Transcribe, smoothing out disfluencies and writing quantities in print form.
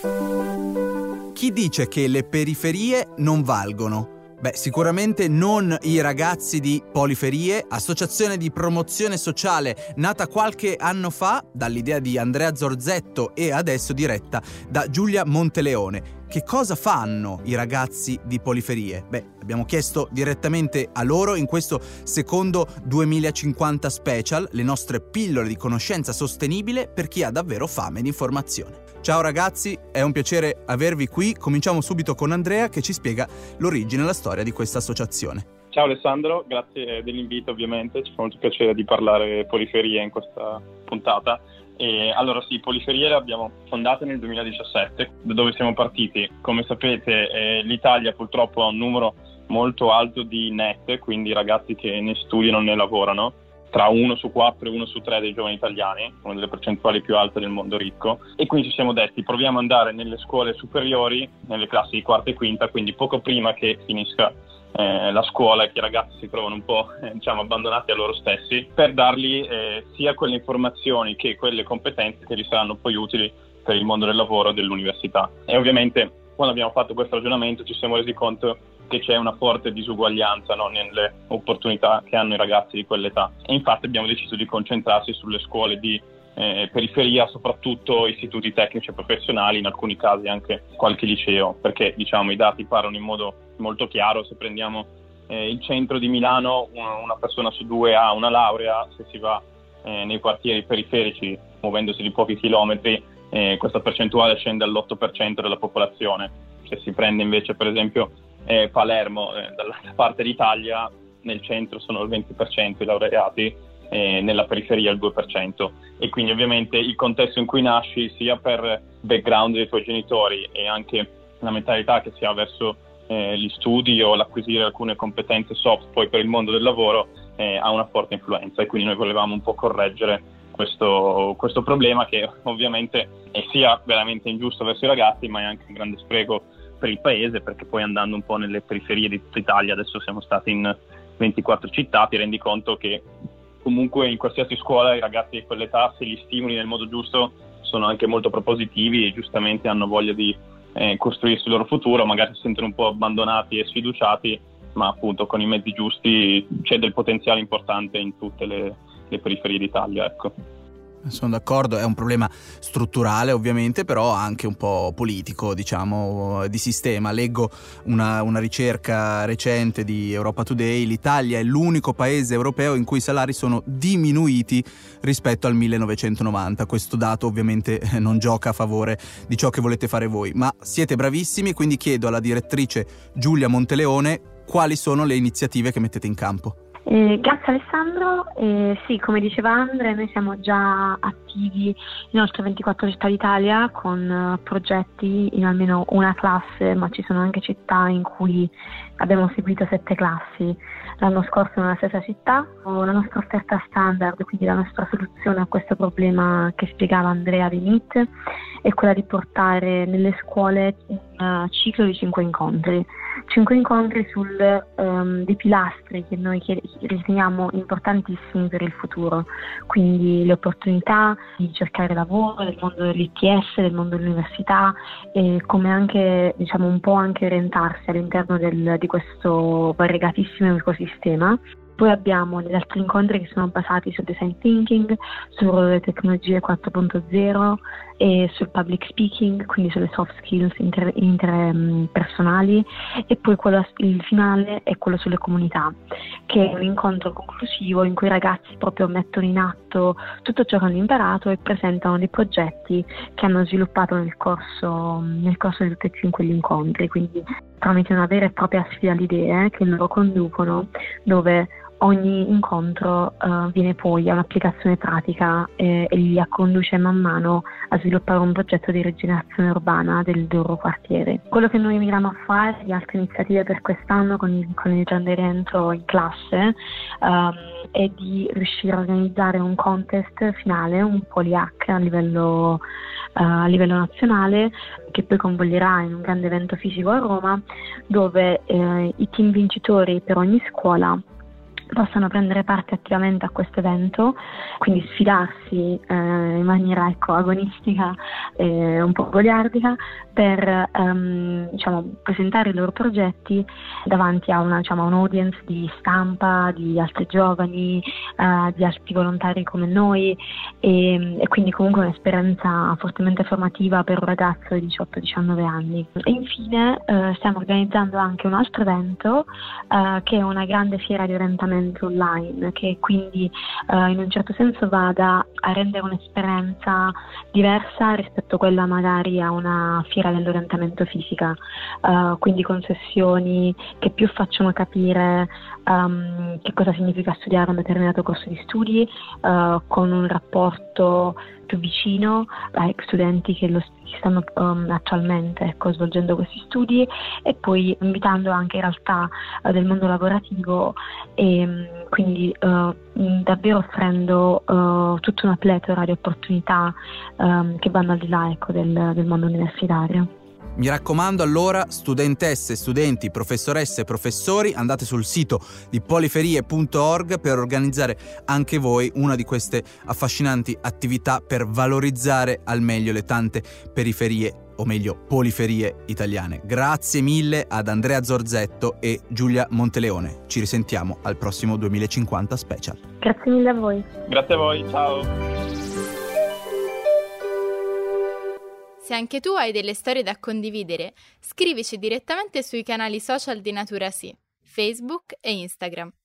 Chi dice che le periferie non valgono? Beh, sicuramente non i ragazzi di Poliferie, associazione di promozione sociale nata qualche anno fa dall'idea di Andrea Zorzetto e adesso diretta da Giulia Monteleone. Che cosa fanno i ragazzi di Poliferie? Beh, abbiamo chiesto direttamente a loro in questo secondo 2050 special le nostre pillole di conoscenza sostenibile per chi ha davvero fame di informazione. Ciao ragazzi, è un piacere avervi qui. Cominciamo subito con Andrea che ci spiega l'origine e la storia di questa associazione. Ciao Alessandro, grazie dell'invito ovviamente, ci fa molto piacere di parlare Poliferie in questa puntata. Allora sì, Poliferie l'abbiamo fondata nel 2017, da dove siamo partiti. Come sapete l'Italia purtroppo ha un numero molto alto di NEET, quindi ragazzi che né studiano né lavorano, tra 1 su 4 e 1 su 3 dei giovani italiani, una delle percentuali più alte del mondo ricco, e quindi ci siamo detti proviamo ad andare nelle scuole superiori, nelle classi di quarta e quinta, quindi poco prima che finisca la scuola e che i ragazzi si trovano un po' abbandonati a loro stessi, per dargli sia quelle informazioni che quelle competenze che gli saranno poi utili per il mondo del lavoro e dell'università. E ovviamente quando abbiamo fatto questo ragionamento ci siamo resi conto che c'è una forte disuguaglianza, no, nelle opportunità che hanno i ragazzi di quell'età, e infatti abbiamo deciso di concentrarsi sulle scuole di periferia, soprattutto istituti tecnici e professionali, in alcuni casi anche qualche liceo, perché i dati parlano in modo molto chiaro. Se prendiamo il centro di Milano, una persona su 2 ha una laurea. Se si va nei quartieri periferici, muovendosi di pochi chilometri, questa percentuale scende all'8% della popolazione. Se si prende invece per esempio Palermo, dall'altra parte d'Italia, nel centro sono il 20% i laureati, nella periferia il 2%, e quindi ovviamente il contesto in cui nasci, sia per background dei tuoi genitori e anche la mentalità che si ha verso gli studi o l'acquisire alcune competenze soft poi per il mondo del lavoro, ha una forte influenza, e quindi noi volevamo un po' correggere questo problema, che ovviamente è sia veramente ingiusto verso i ragazzi, ma è anche un grande spreco per il paese, perché poi andando un po' nelle periferie di tutta Italia, adesso siamo stati in 24 città, ti rendi conto che comunque in qualsiasi scuola i ragazzi di quell'età, se li stimoli nel modo giusto, sono anche molto propositivi e giustamente hanno voglia di costruirsi il loro futuro. Magari si sentono un po' abbandonati e sfiduciati, ma appunto con i mezzi giusti c'è del potenziale importante in tutte le periferie d'Italia, ecco. Sono d'accordo, è un problema strutturale ovviamente, però anche un po' politico, di sistema. Leggo una ricerca recente di Europa Today: l'Italia è l'unico paese europeo in cui i salari sono diminuiti rispetto al 1990. Questo dato ovviamente non gioca a favore di ciò che volete fare voi, ma siete bravissimi, quindi chiedo alla direttrice Giulia Monteleone quali sono le iniziative che mettete in campo. Grazie Alessandro. Sì, come diceva Andrea, noi siamo già attivi in oltre 24 città d'Italia con progetti in almeno una classe, ma ci sono anche città in cui abbiamo seguito 7 classi l'anno scorso nella stessa città. La nostra offerta standard, quindi la nostra soluzione a questo problema che spiegava Andrea di NEET, è quella di portare nelle scuole un ciclo di 5 incontri dei pilastri che noi riteniamo importantissimi per il futuro, quindi le opportunità di cercare lavoro, del mondo dell'ITS, del mondo dell'università, e come anche un po' anche orientarsi all'interno di questo variegatissimo ecosistema. Poi abbiamo degli altri incontri che sono basati sul design thinking, sulle tecnologie 4.0 e sul public speaking, quindi sulle soft skills interpersonali, e poi il finale è quello sulle comunità, che è un incontro conclusivo in cui i ragazzi proprio mettono in atto tutto ciò che hanno imparato e presentano dei progetti che hanno sviluppato nel corso di tutti e 5 gli incontri, quindi tramite una vera e propria sfida di idee che loro conducono, dove ogni incontro viene poi a un'applicazione pratica e li conduce man mano a sviluppare un progetto di rigenerazione urbana del loro quartiere. Quello che noi miriamo a fare, le altre iniziative per quest'anno con il Gender Dentro in classe, è di riuscire a organizzare un contest finale, un polyhack a livello nazionale, che poi convoglierà in un grande evento fisico a Roma, dove i team vincitori per ogni scuola possano prendere parte attivamente a questo evento, quindi sfidarsi in maniera agonistica e un po' goliardica per presentare i loro progetti davanti a un audience di stampa, di altri giovani, di altri volontari come noi e quindi comunque un'esperienza fortemente formativa per un ragazzo di 18-19 anni. E infine stiamo organizzando anche un altro evento che è una grande fiera di orientamento online, che quindi in un certo senso vada a rendere un'esperienza diversa rispetto a quella magari a una fiera dell'orientamento fisica, quindi con sessioni che più facciano capire che cosa significa studiare un determinato corso di studi, con un rapporto più vicino ai studenti che stanno attualmente svolgendo questi studi, e poi invitando anche in realtà del mondo lavorativo e quindi davvero offrendo tutta una pletora di opportunità che vanno al di là del mondo universitario. Mi raccomando allora, studentesse, studenti, professoresse, professori, andate sul sito di poliferie.org per organizzare anche voi una di queste affascinanti attività per valorizzare al meglio le tante periferie, o meglio poliferie italiane. Grazie mille ad Andrea Zorzetto e Giulia Monteleone. Ci risentiamo al prossimo 2050 Special. Grazie mille a voi. Grazie a voi, ciao. Se anche tu hai delle storie da condividere, scrivici direttamente sui canali social di Natura Sì, Facebook e Instagram.